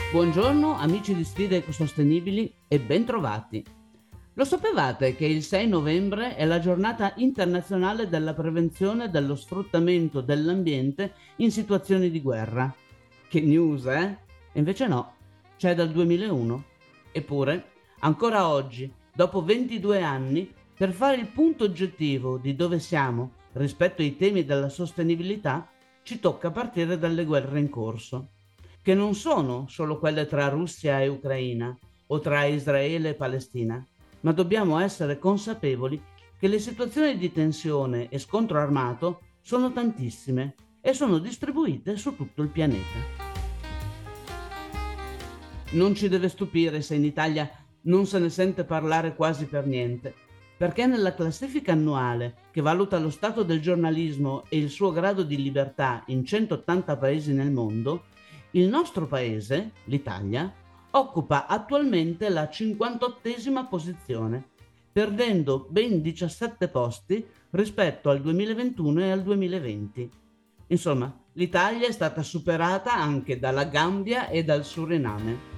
Buongiorno amici di Sfide Ecosostenibili e bentrovati. Lo sapevate che il 6 novembre è la giornata internazionale della prevenzione dello sfruttamento dell'ambiente in situazioni di guerra? Che news, eh? E invece no, c'è dal 2001. Eppure, ancora oggi, dopo 22 anni, per fare il punto oggettivo di dove siamo rispetto ai temi della sostenibilità, ci tocca partire dalle guerre in corso, che non sono solo quelle tra Russia e Ucraina o tra Israele e Palestina, ma dobbiamo essere consapevoli che le situazioni di tensione e scontro armato sono tantissime e sono distribuite su tutto il pianeta. Non ci deve stupire se in Italia non se ne sente parlare quasi per niente, perché nella classifica annuale che valuta lo stato del giornalismo e il suo grado di libertà in 180 paesi nel mondo, il nostro paese, l'Italia, occupa attualmente la 58esima posizione, perdendo ben 17 posti rispetto al 2021 e al 2020. Insomma, l'Italia è stata superata anche dalla Gambia e dal Suriname.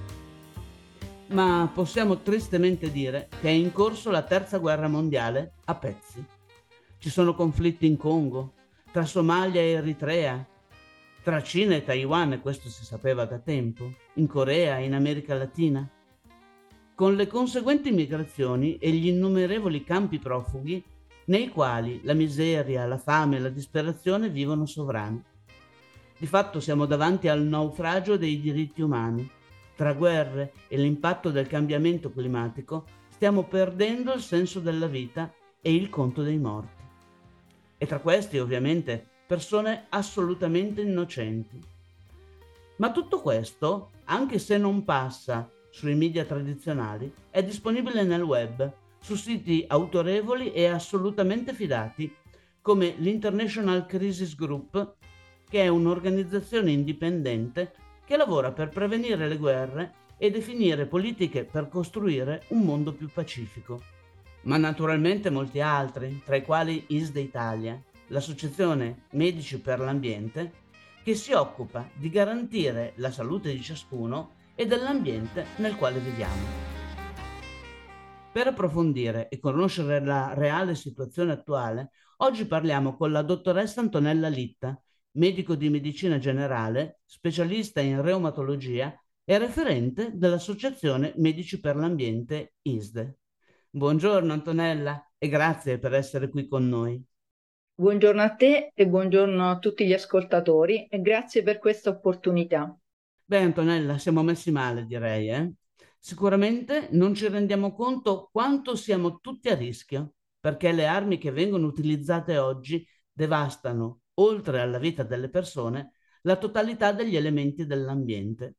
Ma possiamo tristemente dire che è in corso la terza guerra mondiale a pezzi. Ci sono conflitti in Congo, tra Somalia e Eritrea, tra Cina e Taiwan, e questo si sapeva da tempo, in Corea, in America Latina, con le conseguenti migrazioni e gli innumerevoli campi profughi nei quali la miseria, la fame e la disperazione vivono sovrani. Di fatto siamo davanti al naufragio dei diritti umani. Tra guerre e l'impatto del cambiamento climatico stiamo perdendo il senso della vita e il conto dei morti. E tra questi, ovviamente, persone assolutamente innocenti. Ma tutto questo, anche se non passa sui media tradizionali, è disponibile nel web, su siti autorevoli e assolutamente fidati, come l'International Crisis Group, che è un'organizzazione indipendente che lavora per prevenire le guerre e definire politiche per costruire un mondo più pacifico. Ma naturalmente molti altri, tra i quali ISDE Italia, l'associazione Medici per l'Ambiente, che si occupa di garantire la salute di ciascuno e dell'ambiente nel quale viviamo. Per approfondire e conoscere la reale situazione attuale, oggi parliamo con la dottoressa Antonella Litta, medico di medicina generale, specialista in reumatologia e referente dell'Associazione Medici per l'Ambiente ISDE. Buongiorno Antonella e grazie per essere qui con noi. Buongiorno a te e buongiorno a tutti gli ascoltatori e grazie per questa opportunità. Beh, Antonella, siamo messi male, direi, eh? Sicuramente non ci rendiamo conto quanto siamo tutti a rischio, perché le armi che vengono utilizzate oggi devastano, oltre alla vita delle persone, la totalità degli elementi dell'ambiente.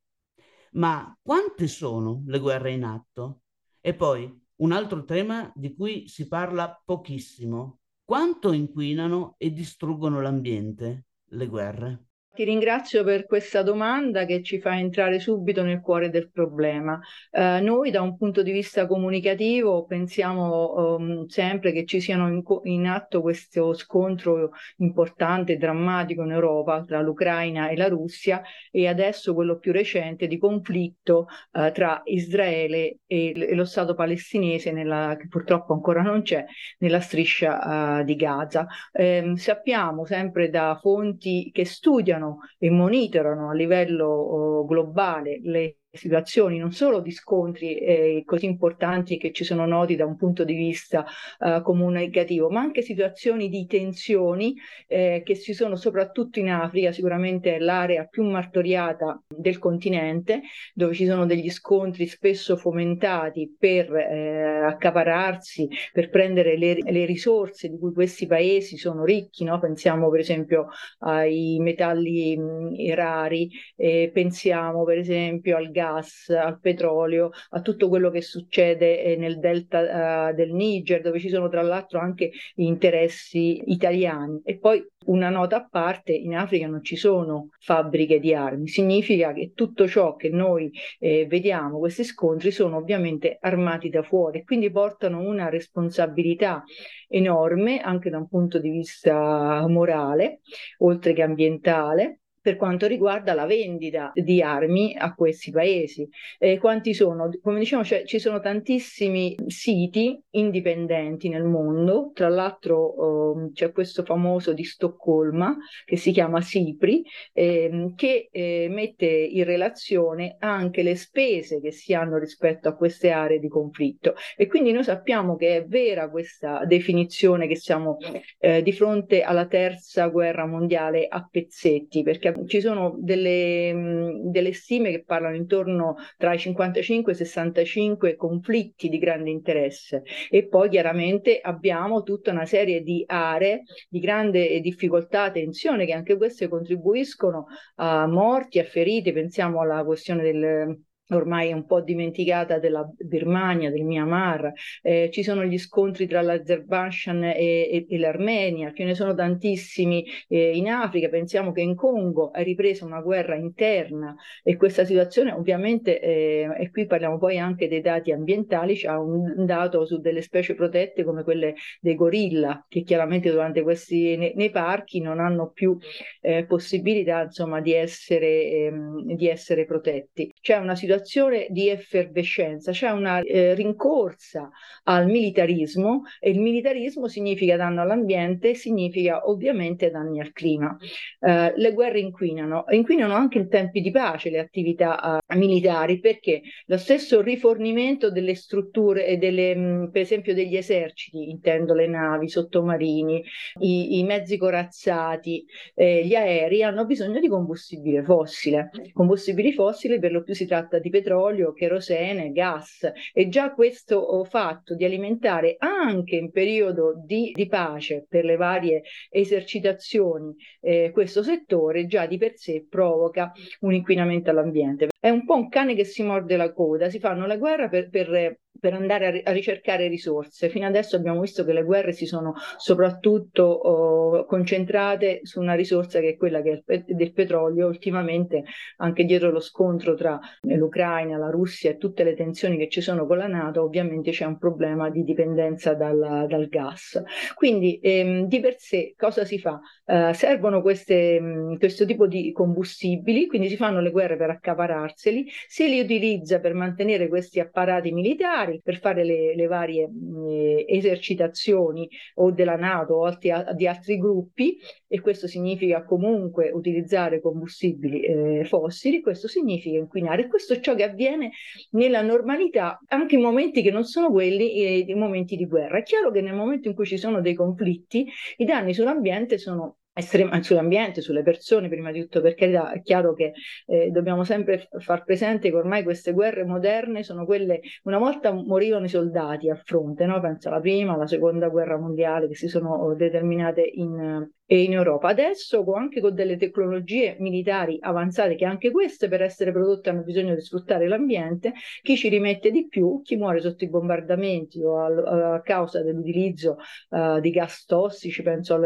Ma quante sono le guerre in atto? E poi un altro tema di cui si parla pochissimo. Quanto inquinano e distruggono l'ambiente le guerre? Ti ringrazio per questa domanda che ci fa entrare subito nel cuore del problema. Noi da un punto di vista comunicativo pensiamo sempre che ci siano in atto questo scontro importante e drammatico in Europa tra l'Ucraina e la Russia e adesso quello più recente di conflitto tra Israele e lo Stato palestinese che purtroppo ancora non c'è nella striscia di Gaza. Sappiamo sempre da fonti che studiano e monitorano a livello globale le situazioni non solo di scontri così importanti che ci sono noti da un punto di vista comunicativo, ma anche situazioni di tensioni che ci sono soprattutto in Africa, sicuramente è l'area più martoriata del continente, dove ci sono degli scontri spesso fomentati per accapararsi, per prendere le risorse di cui questi paesi sono ricchi, no? Pensiamo per esempio ai metalli rari, pensiamo per esempio al gas, al petrolio, a tutto quello che succede nel delta del Niger, dove ci sono tra l'altro anche interessi italiani. E poi una nota a parte, in Africa non ci sono fabbriche di armi, significa che tutto ciò che noi vediamo, questi scontri, sono ovviamente armati da fuori, quindi portano una responsabilità enorme anche da un punto di vista morale, oltre che ambientale. per quanto riguarda la vendita di armi a questi paesi. Quanti sono? Come diciamo, ci sono tantissimi siti indipendenti nel mondo, tra l'altro c'è questo famoso di Stoccolma che si chiama SIPRI, che mette in relazione anche le spese che si hanno rispetto a queste aree di conflitto, e quindi noi sappiamo che è vera questa definizione che siamo di fronte alla terza guerra mondiale a pezzetti, perché ci sono delle stime che parlano intorno tra i 55 e i 65 conflitti di grande interesse, e poi chiaramente abbiamo tutta una serie di aree di grande difficoltà, tensione, che anche queste contribuiscono a morti, a feriti. Pensiamo alla questione ormai un po' dimenticata della Birmania, del Myanmar, ci sono gli scontri tra l'Azerbaijan e l'Armenia, ce ne sono tantissimi in Africa. Pensiamo che in Congo è ripresa una guerra interna, e questa situazione ovviamente, e qui parliamo poi anche dei dati ambientali, c'è un dato su delle specie protette come quelle dei gorilla, che chiaramente durante nei parchi non hanno più possibilità, insomma, di essere protetti. C'è una situazione di effervescenza, c'è una rincorsa al militarismo, e il militarismo significa danno all'ambiente, significa ovviamente danni al clima. Le guerre inquinano anche in tempi di pace le attività militari, perché lo stesso rifornimento delle strutture e per esempio degli eserciti, intendo le navi, i sottomarini, i mezzi corazzati, gli aerei, hanno bisogno di combustibile fossile. Combustibili fossili per lo più si tratta di petrolio, kerosene, gas, e già questo fatto di alimentare anche in periodo di pace per le varie esercitazioni questo settore già di per sé provoca un inquinamento all'ambiente. È un po' un cane che si morde la coda, si fanno la guerra per andare a ricercare risorse. Fino adesso abbiamo visto che le guerre si sono soprattutto concentrate su una risorsa che è quella del petrolio. Ultimamente, anche dietro lo scontro tra l'Ucraina, la Russia e tutte le tensioni che ci sono con la NATO, ovviamente c'è un problema di dipendenza dal gas. Quindi di per sé cosa si fa? Servono questo tipo di combustibili, quindi si fanno le guerre per accaparrarseli, si li utilizza per mantenere questi apparati militari, per fare le varie esercitazioni o della NATO o di altri gruppi, e questo significa comunque utilizzare combustibili fossili. Questo significa inquinare, e questo è ciò che avviene nella normalità, anche in momenti che non sono quelli i momenti di guerra. È chiaro che nel momento in cui ci sono dei conflitti, i danni sull'ambiente sono sull'ambiente, sulle persone prima di tutto. Per carità, è chiaro che dobbiamo sempre far presente che ormai queste guerre moderne sono quelle, una volta morivano i soldati al fronte, no? Penso alla prima, alla seconda guerra mondiale che si sono determinate in Europa. Adesso anche con delle tecnologie militari avanzate, che anche queste per essere prodotte hanno bisogno di sfruttare l'ambiente, chi ci rimette di più, chi muore sotto i bombardamenti o a causa dell'utilizzo di gas tossici, penso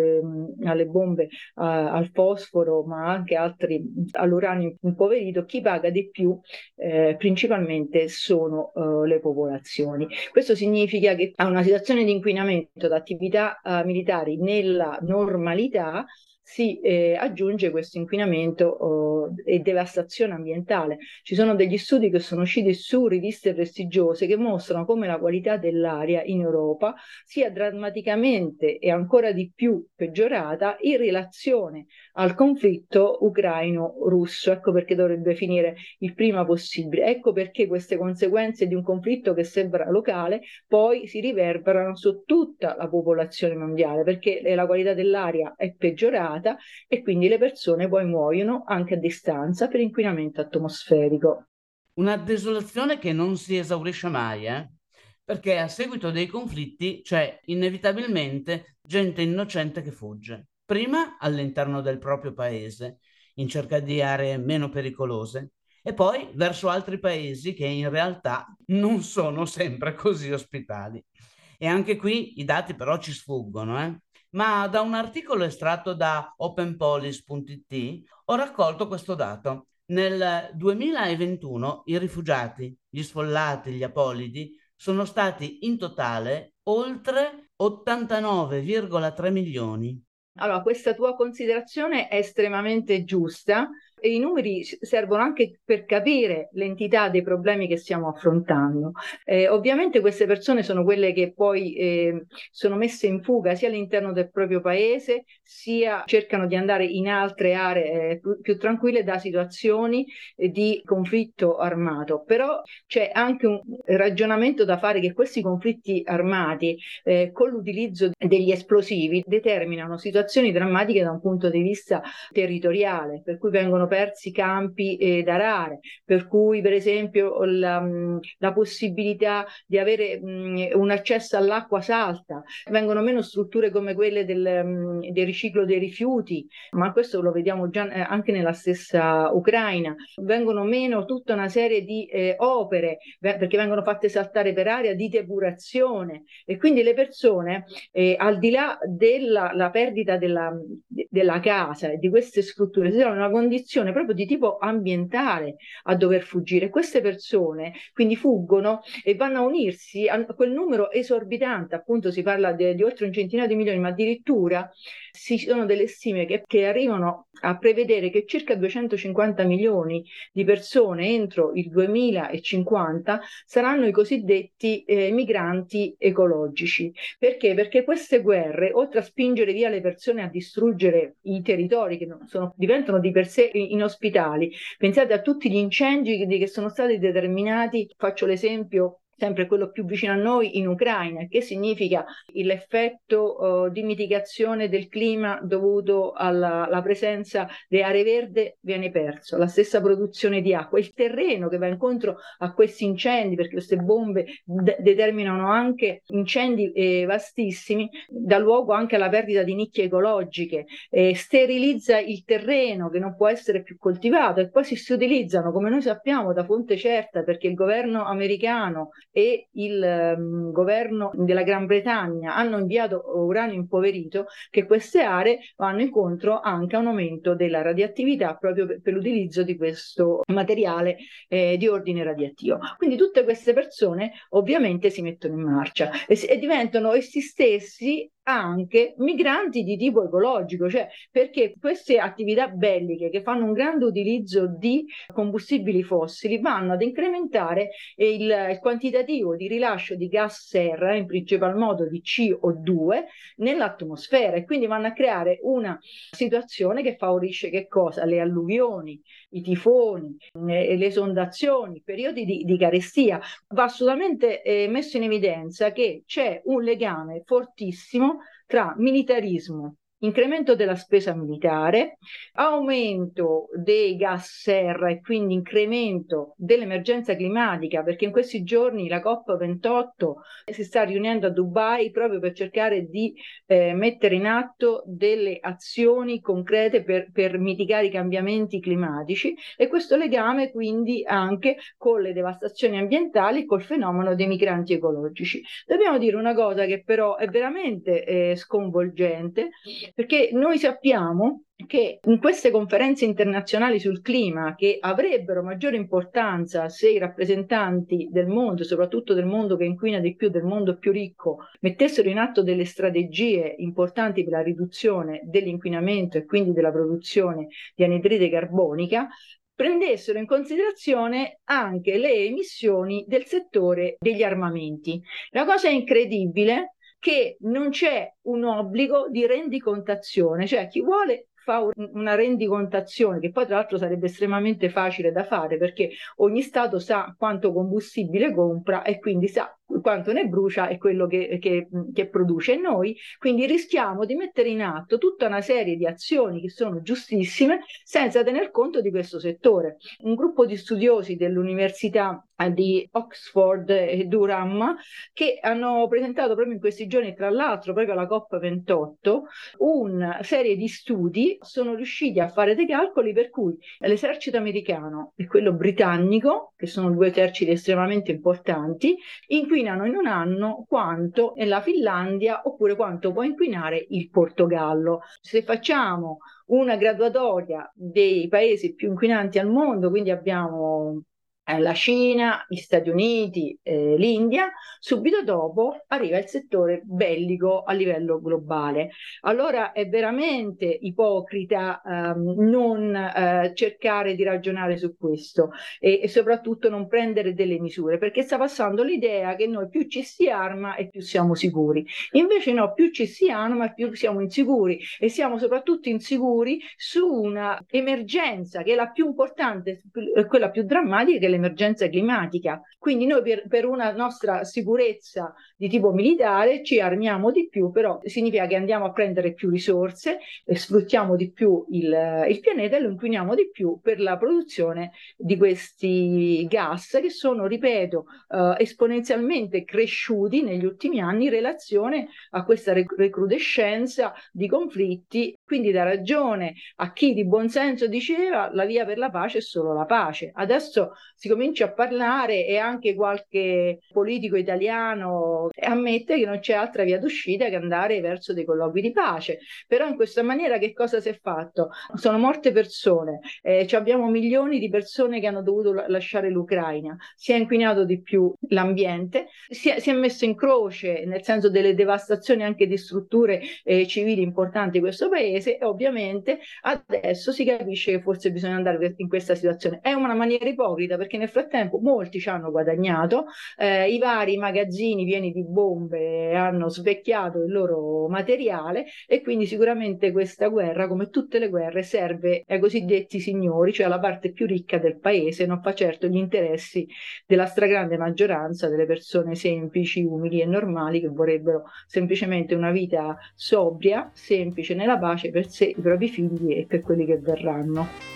alle bombe al fosforo, ma anche altri all'uranio impoverito, chi paga di più principalmente sono le popolazioni. Questo significa che a una situazione di inquinamento da attività militari nella normalità si aggiunge questo inquinamento e devastazione ambientale. Ci sono degli studi che sono usciti su riviste prestigiose che mostrano come la qualità dell'aria in Europa sia drammaticamente e ancora di più peggiorata in relazione al conflitto ucraino-russo. Ecco perché dovrebbe finire il prima possibile. Ecco perché queste conseguenze di un conflitto che sembra locale poi si riverberano su tutta la popolazione mondiale, perché la qualità dell'aria è peggiorata e quindi le persone poi muoiono anche a distanza per inquinamento atmosferico. Una desolazione che non si esaurisce mai, perché a seguito dei conflitti c'è inevitabilmente gente innocente che fugge, prima all'interno del proprio paese, in cerca di aree meno pericolose, e poi verso altri paesi che in realtà non sono sempre così ospitali. E anche qui i dati però ci sfuggono, Ma da un articolo estratto da openpolice.it ho raccolto questo dato. Nel 2021 i rifugiati, gli sfollati, gli apolidi sono stati in totale oltre 89,3 milioni. Allora, questa tua considerazione è estremamente giusta e i numeri servono anche per capire l'entità dei problemi che stiamo affrontando. Ovviamente queste persone sono quelle che poi sono messe in fuga sia all'interno del proprio paese, sia cercano di andare in altre aree più tranquille da situazioni di conflitto armato. Però c'è anche un ragionamento da fare, che questi conflitti armati con l'utilizzo degli esplosivi determinano situazioni drammatiche da un punto di vista territoriale, per cui vengono persi campi da rare, per cui per esempio la possibilità di avere un accesso all'acqua salta, vengono meno strutture come quelle del riciclo dei rifiuti, ma questo lo vediamo già anche nella stessa Ucraina, vengono meno tutta una serie di opere perché vengono fatte saltare per aria di depurazione, e quindi le persone al di là della perdita della casa e di queste strutture si trovano in una condizione proprio di tipo ambientale a dover fuggire. Queste persone quindi fuggono e vanno a unirsi a quel numero esorbitante, appunto si parla di oltre un centinaio di milioni, ma addirittura ci sono delle stime che arrivano a prevedere che circa 250 milioni di persone entro il 2050 saranno i cosiddetti migranti ecologici. Perché? Perché queste guerre, oltre a spingere via le persone a distruggere i territori che diventano di per sé inospitali, pensate a tutti gli incendi che sono stati determinati, faccio l'esempio sempre quello più vicino a noi, in Ucraina, che significa l'effetto di mitigazione del clima dovuto alla presenza di aree verdi viene perso, la stessa produzione di acqua, il terreno che va incontro a questi incendi, perché queste bombe determinano anche incendi vastissimi, dà luogo anche alla perdita di nicchie ecologiche, sterilizza il terreno che non può essere più coltivato, e poi si utilizzano, come noi sappiamo da fonte certa, perché il governo americano e il governo della Gran Bretagna hanno inviato uranio impoverito, che queste aree vanno incontro anche a un aumento della radioattività proprio per l'utilizzo di questo materiale di ordine radioattivo. Quindi tutte queste persone ovviamente si mettono in marcia e diventano essi stessi anche migranti di tipo ecologico, cioè perché queste attività belliche che fanno un grande utilizzo di combustibili fossili vanno ad incrementare il quantitativo di rilascio di gas serra, in principal modo di CO2, nell'atmosfera, e quindi vanno a creare una situazione che favorisce che cosa? Le alluvioni, i tifoni, le esondazioni, periodi di carestia. Va assolutamente messo in evidenza che c'è un legame fortissimo tra militarismo, incremento della spesa militare, aumento dei gas serra e quindi incremento dell'emergenza climatica, perché in questi giorni la COP28 si sta riunendo a Dubai proprio per cercare di mettere in atto delle azioni concrete per mitigare i cambiamenti climatici, e questo legame quindi anche con le devastazioni ambientali e col fenomeno dei migranti ecologici. Dobbiamo dire una cosa che però è veramente sconvolgente, perché noi sappiamo che in queste conferenze internazionali sul clima, che avrebbero maggiore importanza se i rappresentanti del mondo, soprattutto del mondo che inquina di più, del mondo più ricco, mettessero in atto delle strategie importanti per la riduzione dell'inquinamento e quindi della produzione di anidride carbonica, prendessero in considerazione anche le emissioni del settore degli armamenti. La cosa incredibile che non c'è un obbligo di rendicontazione, cioè chi vuole fa una rendicontazione, che poi tra l'altro sarebbe estremamente facile da fare, perché ogni Stato sa quanto combustibile compra e quindi sa quanto ne brucia e quello che produce. E noi quindi rischiamo di mettere in atto tutta una serie di azioni che sono giustissime senza tener conto di questo settore. Un gruppo di studiosi dell'Università di Oxford e Durham, che hanno presentato proprio in questi giorni, tra l'altro proprio alla COP28, una serie di studi, sono riusciti a fare dei calcoli per cui l'esercito americano e quello britannico, che sono due eserciti estremamente importanti, inquinano in un anno quanto nella Finlandia, oppure quanto può inquinare il Portogallo. Se facciamo una graduatoria dei paesi più inquinanti al mondo, quindi abbiamo la Cina, gli Stati Uniti, l'India, subito dopo arriva il settore bellico a livello globale. Allora è veramente ipocrita non cercare di ragionare su questo e soprattutto non prendere delle misure, perché sta passando l'idea che noi più ci si arma e più siamo sicuri. Invece no, più ci si arma e più siamo insicuri, e siamo soprattutto insicuri su una emergenza che è la più importante, quella più drammatica, che è l'emergenza climatica. Quindi noi per una nostra sicurezza di tipo militare ci armiamo di più, però significa che andiamo a prendere più risorse, sfruttiamo di più il pianeta e lo inquiniamo di più per la produzione di questi gas che sono, ripeto, esponenzialmente cresciuti negli ultimi anni in relazione a questa recrudescenza di conflitti. Quindi dà ragione a chi di buon senso diceva la via per la pace è solo la pace. Adesso si comincia a parlare e anche qualche politico italiano ammette che non c'è altra via d'uscita che andare verso dei colloqui di pace. Però in questa maniera che cosa si è fatto? Sono morte persone, abbiamo milioni di persone che hanno dovuto lasciare l'Ucraina, si è inquinato di più l'ambiente, si è messo in croce, nel senso delle devastazioni anche di strutture civili importanti in questo paese, e ovviamente adesso si capisce che forse bisogna andare in questa situazione. È una maniera ipocrita, perché nel frattempo molti ci hanno guadagnato, i vari magazzini pieni di bombe hanno svecchiato il loro materiale, e quindi sicuramente questa guerra, come tutte le guerre, serve ai cosiddetti signori, cioè alla parte più ricca del paese, non fa certo gli interessi della stragrande maggioranza delle persone semplici, umili e normali, che vorrebbero semplicemente una vita sobria, semplice, nella pace per sé, i propri figli e per quelli che verranno.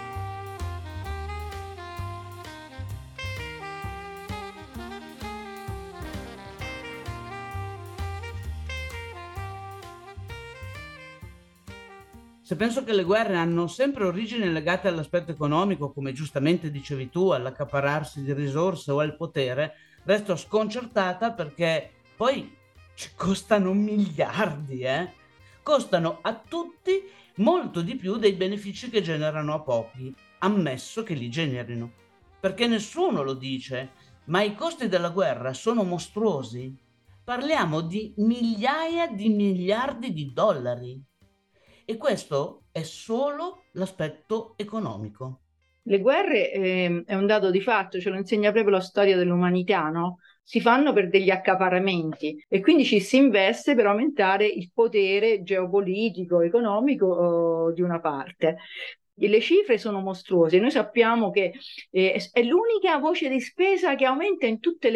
Se penso che le guerre hanno sempre origini legate all'aspetto economico, come giustamente dicevi tu, all'accaparrarsi di risorse o al potere, resto sconcertata perché poi ci costano miliardi, eh? Costano a tutti molto di più dei benefici che generano a pochi, ammesso che li generino. Perché nessuno lo dice, ma i costi della guerra sono mostruosi. Parliamo di migliaia di miliardi di dollari. E questo è solo l'aspetto economico. Le guerre è un dato di fatto, ce lo insegna proprio la storia dell'umanità, no? Si fanno per degli accaparramenti e quindi ci si investe per aumentare il potere geopolitico, economico di una parte. Le cifre sono mostruose. Noi sappiamo che è l'unica voce di spesa che aumenta in tutte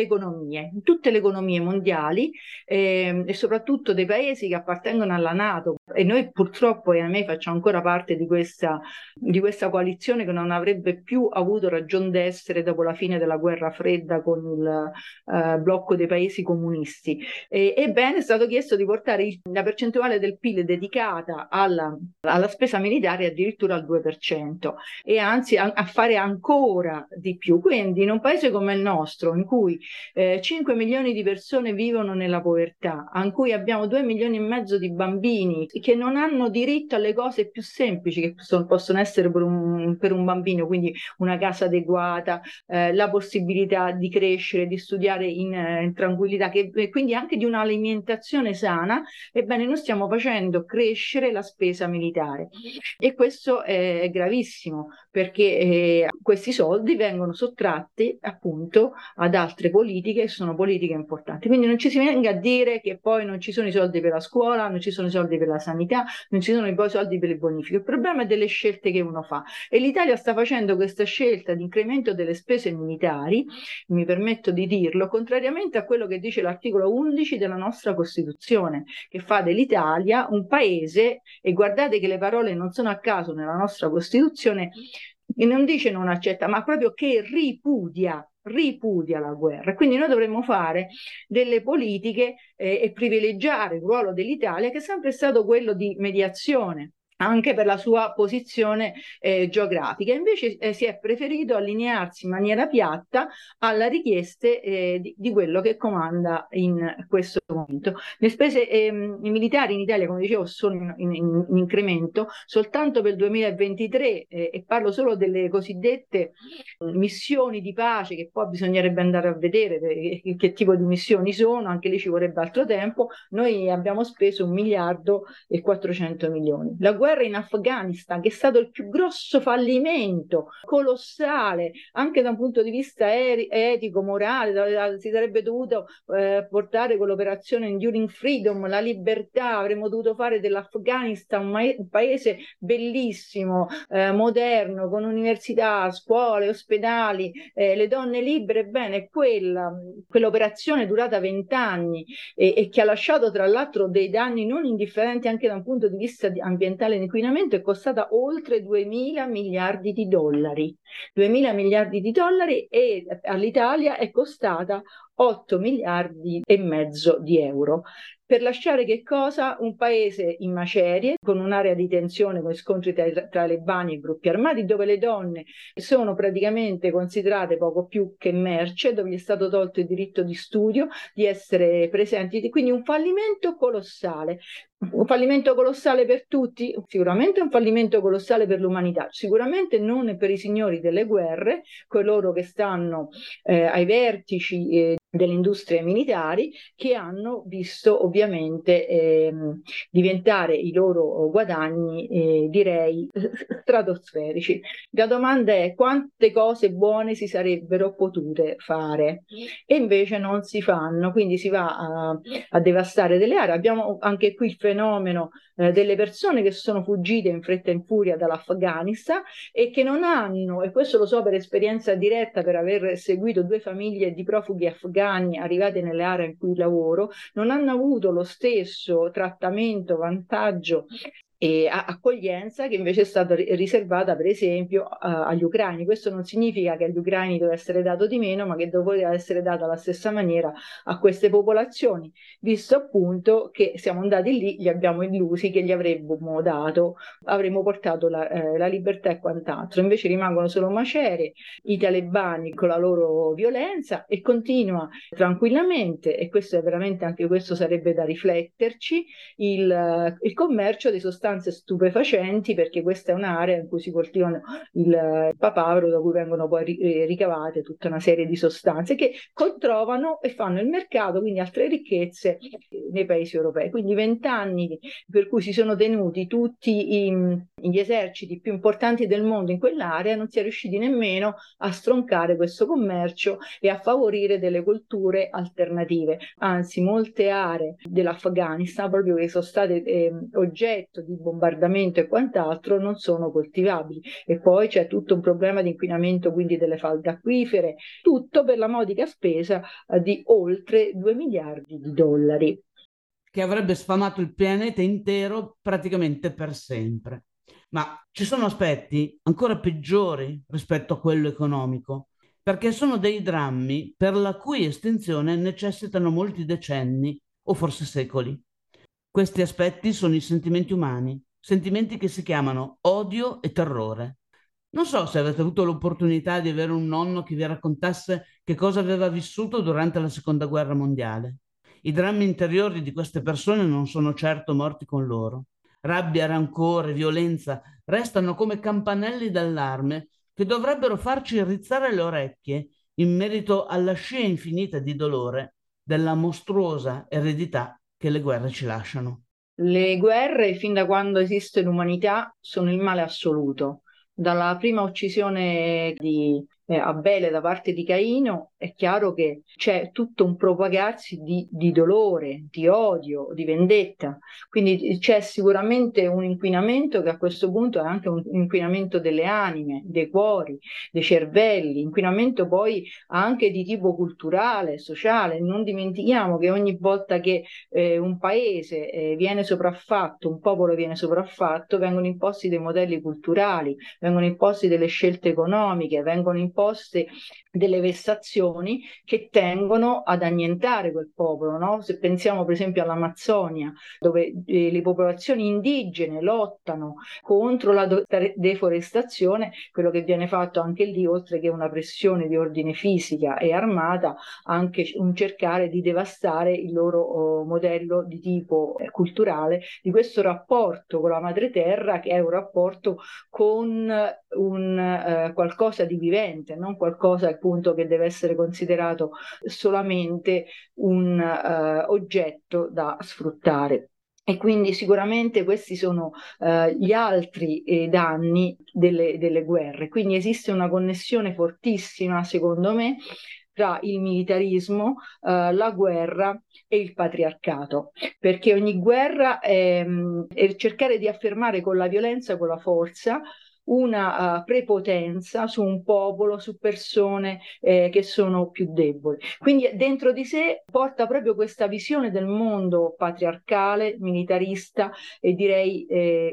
le economie mondiali, e soprattutto dei paesi che appartengono alla NATO. E noi purtroppo, e a me, facciamo ancora parte di questa coalizione che non avrebbe più avuto ragion d'essere dopo la fine della guerra fredda con il blocco dei paesi comunisti. Ebbene, è stato chiesto di portare la percentuale del PIL dedicata alla spesa militare addirittura al 2%, e anzi a fare ancora di più. Quindi in un paese come il nostro, in cui 5 milioni di persone vivono nella povertà, in cui abbiamo 2 milioni e mezzo di bambini che non hanno diritto alle cose più semplici che possono essere per un bambino, quindi una casa adeguata, la possibilità di crescere, di studiare in tranquillità, quindi anche di un'alimentazione sana, ebbene noi stiamo facendo crescere la spesa militare, e questo è gravissimo, perché questi soldi vengono sottratti appunto ad altre politiche che sono politiche importanti. Quindi non ci si venga a dire che poi non ci sono i soldi per la scuola, non ci sono i soldi per la sanità, non ci sono i soldi per le bonifiche. Il problema è delle scelte che uno fa, e l'Italia sta facendo questa scelta di incremento delle spese militari, mi permetto di dirlo, contrariamente a quello che dice l'articolo 11 della nostra Costituzione, che fa dell'Italia un paese, e guardate che le parole non sono a caso nella nostra Costituzione, che non dice non accetta, ma proprio che ripudia la guerra. Quindi noi dovremmo fare delle politiche e privilegiare il ruolo dell'Italia, che è sempre stato quello di mediazione anche per la sua posizione geografica. Invece si è preferito allinearsi in maniera piatta alle richieste di quello che comanda in questo momento. Le spese militari in Italia, come dicevo, sono in incremento soltanto per il 2023 e parlo solo delle cosiddette missioni di pace, che poi bisognerebbe andare a vedere che tipo di missioni sono, anche lì ci vorrebbe altro tempo. Noi abbiamo speso 1.400.000.000. La guerra in Afghanistan, che è stato il più grosso fallimento, colossale, anche da un punto di vista etico, morale, si sarebbe dovuto portare con l'operazione Enduring Freedom, la libertà, avremmo dovuto fare dell'Afghanistan un paese bellissimo, moderno, con università, scuole, ospedali, le donne libere. Bene, quell'operazione è durata 20 anni e che ha lasciato tra l'altro dei danni non indifferenti anche da un punto di vista ambientale e inquinamento, è costata oltre 2.000 miliardi di dollari. 2.000 miliardi di dollari, e all'Italia è costata 8 miliardi e mezzo di euro. Per lasciare che cosa? Un paese in macerie, con un'area di tensione, con scontri tra talebani e gruppi armati, dove le donne sono praticamente considerate poco più che merce, dove gli è stato tolto il diritto di studio, di essere presenti. Quindi un fallimento colossale. Un fallimento colossale per tutti? Sicuramente un fallimento colossale per l'umanità, sicuramente non per i signori delle guerre, coloro che stanno ai vertici delle industrie militari, che hanno visto ovviamente diventare i loro guadagni, direi, stratosferici. La domanda è: quante cose buone si sarebbero potute fare e invece non si fanno, quindi si va a devastare delle aree. Abbiamo anche qui il fenomeno delle persone che sono fuggite in fretta e in furia dall'Afghanistan e che non hanno, e questo lo so per esperienza diretta, per aver seguito 2 famiglie di profughi afghani arrivate nelle aree in cui lavoro, non hanno avuto lo stesso trattamento, vantaggio e accoglienza che invece è stata riservata per esempio agli ucraini. Questo non significa che agli ucraini deve essere dato di meno, ma che doveva essere dato alla stessa maniera a queste popolazioni, visto appunto che siamo andati lì, li abbiamo illusi che gli avremmo dato, avremmo portato la libertà e quant'altro. Invece rimangono solo macerie, i talebani con la loro violenza, e continua tranquillamente, e questo è veramente, anche questo sarebbe da rifletterci, il commercio di sostanze stupefacenti, perché questa è un'area in cui si coltivano il papavero, da cui vengono poi ricavate tutta una serie di sostanze che trovano e fanno il mercato, quindi altre ricchezze nei paesi europei. Quindi 20 anni per cui si sono tenuti tutti gli eserciti più importanti del mondo in quell'area, non si è riusciti nemmeno a stroncare questo commercio e a favorire delle culture alternative. Anzi, molte aree dell'Afghanistan, proprio che sono state oggetto di bombardamento e quant'altro, non sono coltivabili. E poi c'è tutto un problema di inquinamento, quindi delle falde acquifere, tutto per la modica spesa di oltre 2 miliardi di dollari. Che avrebbe sfamato il pianeta intero praticamente per sempre. Ma ci sono aspetti ancora peggiori rispetto a quello economico, perché sono dei drammi per la cui estinzione necessitano molti decenni o forse secoli. Questi aspetti sono i sentimenti umani, sentimenti che si chiamano odio e terrore. Non so se avete avuto l'opportunità di avere un nonno che vi raccontasse che cosa aveva vissuto durante la Seconda Guerra Mondiale. I drammi interiori di queste persone non sono certo morti con loro. Rabbia, rancore, violenza restano come campanelli d'allarme che dovrebbero farci rizzare le orecchie in merito alla scia infinita di dolore della mostruosa eredità che le guerre ci lasciano. Le guerre, fin da quando esiste l'umanità, sono il male assoluto. Dalla prima uccisione di Abele da parte di Caino è chiaro che c'è tutto un propagarsi di dolore, di odio, di vendetta. Quindi c'è sicuramente un inquinamento che a questo punto è anche un inquinamento delle anime, dei cuori, dei cervelli, inquinamento poi anche di tipo culturale, sociale. Non dimentichiamo che ogni volta che un paese viene sopraffatto, un popolo viene sopraffatto, vengono imposti dei modelli culturali, vengono imposti delle scelte economiche, vengono imposte delle vessazioni che tengono ad annientare quel popolo, no? Se pensiamo per esempio all'Amazzonia, dove le popolazioni indigene lottano contro la deforestazione, quello che viene fatto anche lì, oltre che una pressione di ordine fisica e armata, anche un cercare di devastare il loro modello di tipo culturale, di questo rapporto con la madre terra, che è un rapporto con qualcosa di vivente, non qualcosa appunto che deve essere considerato solamente un oggetto da sfruttare. E quindi sicuramente questi sono gli altri danni delle guerre. Quindi esiste una connessione fortissima, secondo me, tra il militarismo, la guerra e il patriarcato, perché ogni guerra è cercare di affermare con la violenza, con la forza, una prepotenza su un popolo, su persone che sono più deboli. Quindi dentro di sé porta proprio questa visione del mondo patriarcale, militarista e direi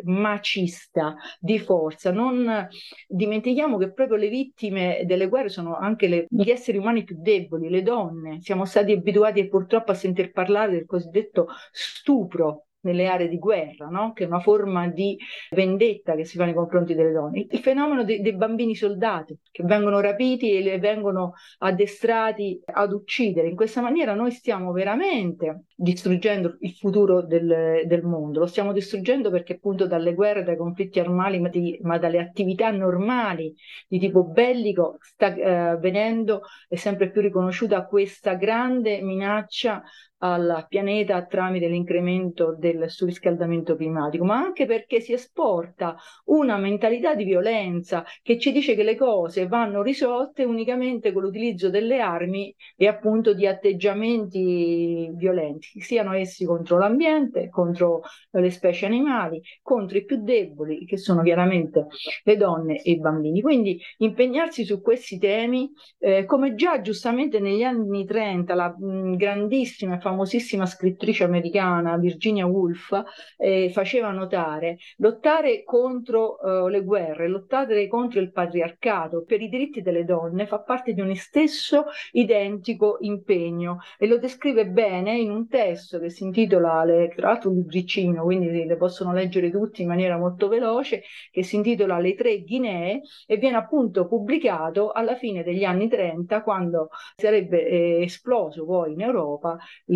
macista, di forza. Non dimentichiamo che proprio le vittime delle guerre sono anche gli esseri umani più deboli, le donne. Siamo stati abituati purtroppo a sentir parlare del cosiddetto stupro nelle aree di guerra, no? Che è una forma di vendetta che si fa nei confronti delle donne. Il fenomeno dei bambini soldati che vengono rapiti e vengono addestrati ad uccidere. In questa maniera noi stiamo veramente distruggendo il futuro del mondo. Lo stiamo distruggendo perché appunto dalle guerre, dai conflitti armati, ma dalle attività normali di tipo bellico sta venendo e sempre più riconosciuta questa grande minaccia al pianeta tramite l'incremento del surriscaldamento climatico, ma anche perché si esporta una mentalità di violenza che ci dice che le cose vanno risolte unicamente con l'utilizzo delle armi e appunto di atteggiamenti violenti, siano essi contro l'ambiente, contro le specie animali, contro i più deboli, che sono chiaramente le donne e i bambini. Quindi impegnarsi su questi temi, come già giustamente negli anni 30 la grandissima e famosissima scrittrice americana Virginia Woolf faceva notare, lottare contro le guerre, lottare contro il patriarcato per i diritti delle donne fa parte di un stesso identico impegno, e lo descrive bene in un testo che si intitola, tra l'altro un libricino, quindi le possono leggere tutti in maniera molto veloce, che si intitola Le tre Guinee, e viene appunto pubblicato alla fine degli anni 30, quando sarebbe esploso poi in Europa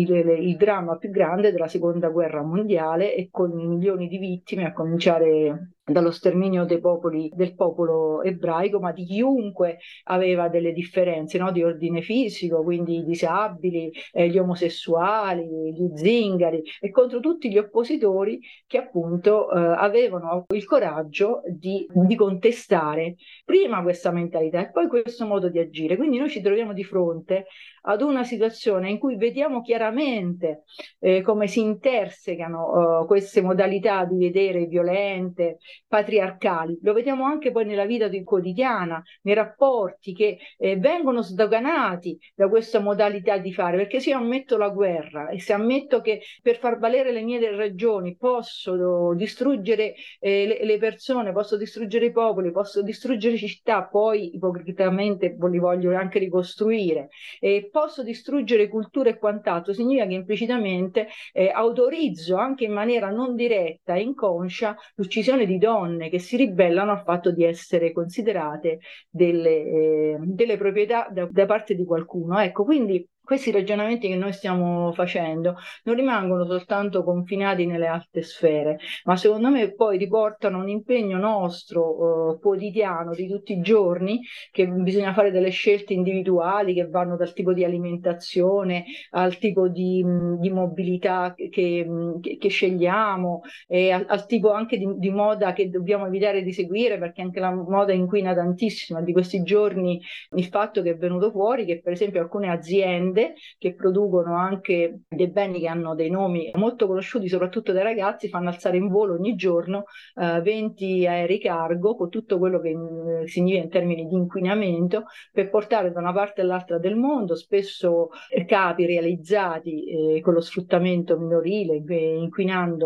il dramma più grande della seconda guerra mondiale, e con milioni di vittime, a cominciare dallo sterminio del popolo ebraico, ma di chiunque aveva delle differenze, no? Di ordine fisico, quindi i disabili, gli omosessuali, gli zingari, e contro tutti gli oppositori che appunto avevano il coraggio di contestare prima questa mentalità e poi questo modo di agire. Quindi noi ci troviamo di fronte ad una situazione in cui vediamo chiaramente come si intersecano queste modalità di vedere violente, patriarcali. Lo vediamo anche poi nella vita quotidiana, nei rapporti che vengono sdoganati da questa modalità di fare, perché se io ammetto la guerra e se ammetto che per far valere le mie ragioni posso distruggere le persone, posso distruggere i popoli, posso distruggere città, poi ipocritamente li voglio anche ricostruire, posso distruggere cultura e quant'altro, significa che implicitamente autorizzo anche in maniera non diretta e inconscia l'uccisione di donne che si ribellano al fatto di essere considerate delle proprietà da parte di qualcuno. Ecco, quindi questi ragionamenti che noi stiamo facendo non rimangono soltanto confinati nelle alte sfere, ma secondo me poi riportano un impegno nostro quotidiano di tutti i giorni, che bisogna fare delle scelte individuali che vanno dal tipo di alimentazione al tipo di mobilità che scegliamo, e al tipo anche di moda che dobbiamo evitare di seguire, perché anche la moda inquina tantissimo. Di questi giorni il fatto che è venuto fuori che per esempio alcune aziende che producono anche dei beni che hanno dei nomi molto conosciuti soprattutto dai ragazzi fanno alzare in volo ogni giorno 20 aerei cargo con tutto quello che significa in termini di inquinamento, per portare da una parte all'altra del mondo, spesso capi realizzati con lo sfruttamento minorile, inquinando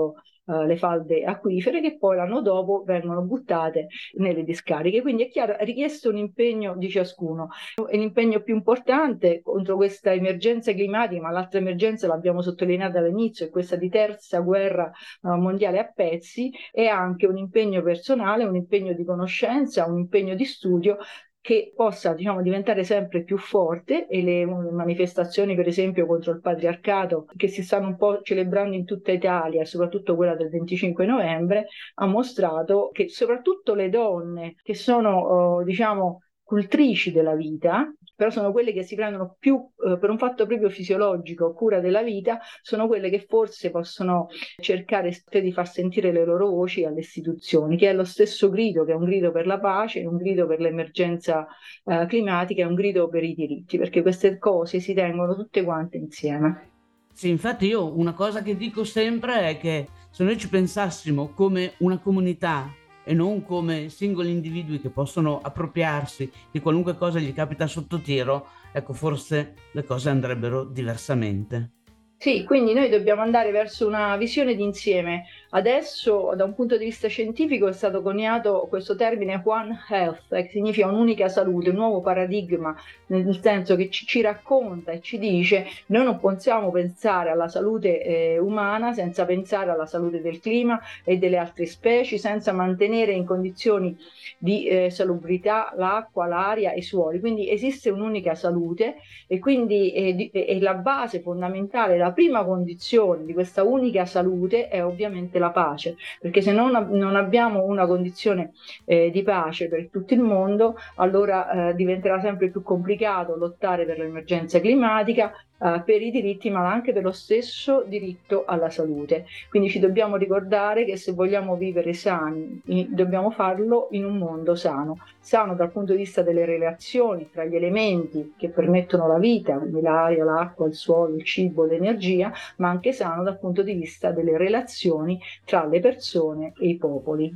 le falde acquifere, che poi l'anno dopo vengono buttate nelle discariche. Quindi è chiaro, è richiesto un impegno di ciascuno. E l'impegno più importante contro questa emergenza climatica, ma l'altra emergenza l'abbiamo sottolineata all'inizio, è questa di terza guerra mondiale a pezzi, è anche un impegno personale, un impegno di conoscenza, un impegno di studio che possa, diciamo, diventare sempre più forte, e le manifestazioni per esempio contro il patriarcato che si stanno un po' celebrando in tutta Italia, soprattutto quella del 25 novembre, ha mostrato che soprattutto le donne che sono diciamo cultrici della vita, però sono quelle che si prendono più per un fatto proprio fisiologico cura della vita, sono quelle che forse possono cercare di far sentire le loro voci alle istituzioni, che è lo stesso grido, che è un grido per la pace, un grido per l'emergenza climatica, è un grido per i diritti, perché queste cose si tengono tutte quante insieme. Sì, infatti io una cosa che dico sempre è che se noi ci pensassimo come una comunità e non come singoli individui che possono appropriarsi di qualunque cosa gli capita sotto tiro, ecco, forse le cose andrebbero diversamente. Sì, quindi noi dobbiamo andare verso una visione d'insieme. Adesso, da un punto di vista scientifico, è stato coniato questo termine One Health, che significa un'unica salute, un nuovo paradigma, nel senso che ci racconta e ci dice: noi non possiamo pensare alla salute umana senza pensare alla salute del clima e delle altre specie, senza mantenere in condizioni di salubrità l'acqua, l'aria e i suoli. Quindi esiste un'unica salute, e quindi è la base fondamentale, la prima condizione di questa unica salute è ovviamente la pace, perché se non abbiamo una condizione di pace per tutto il mondo, allora diventerà sempre più complicato lottare per l'emergenza climatica, per i diritti, ma anche per lo stesso diritto alla salute. Quindi ci dobbiamo ricordare che se vogliamo vivere sani, dobbiamo farlo in un mondo sano, sano dal punto di vista delle relazioni tra gli elementi che permettono la vita, quindi l'aria, l'acqua, il suolo, il cibo, l'energia, ma anche sano dal punto di vista delle relazioni tra le persone e i popoli.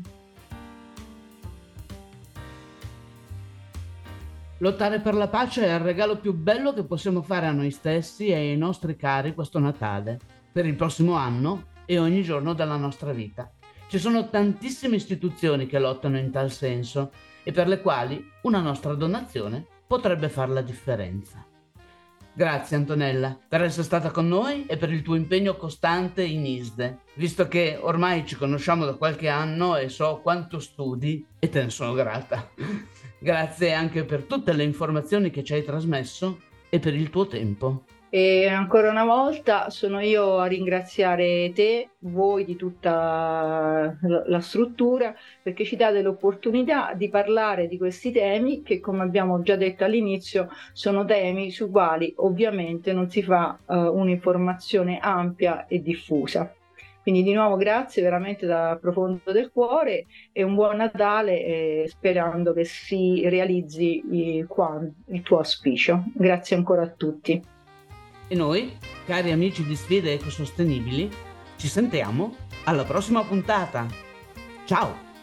Lottare per la pace è il regalo più bello che possiamo fare a noi stessi e ai nostri cari questo Natale, per il prossimo anno e ogni giorno della nostra vita. Ci sono tantissime istituzioni che lottano in tal senso e per le quali una nostra donazione potrebbe fare la differenza. Grazie Antonella per essere stata con noi e per il tuo impegno costante in ISDE, visto che ormai ci conosciamo da qualche anno e so quanto studi e te ne sono grata. Grazie anche per tutte le informazioni che ci hai trasmesso e per il tuo tempo. E ancora una volta sono io a ringraziare te, voi di tutta la struttura, perché ci date l'opportunità di parlare di questi temi che, come abbiamo già detto all'inizio, sono temi sui quali ovviamente non si fa un'informazione ampia e diffusa. Quindi di nuovo grazie veramente dal profondo del cuore e un buon Natale, sperando che si realizzi il tuo auspicio. Grazie ancora a tutti. E noi, cari amici di Sfide Ecosostenibili, ci sentiamo alla prossima puntata. Ciao!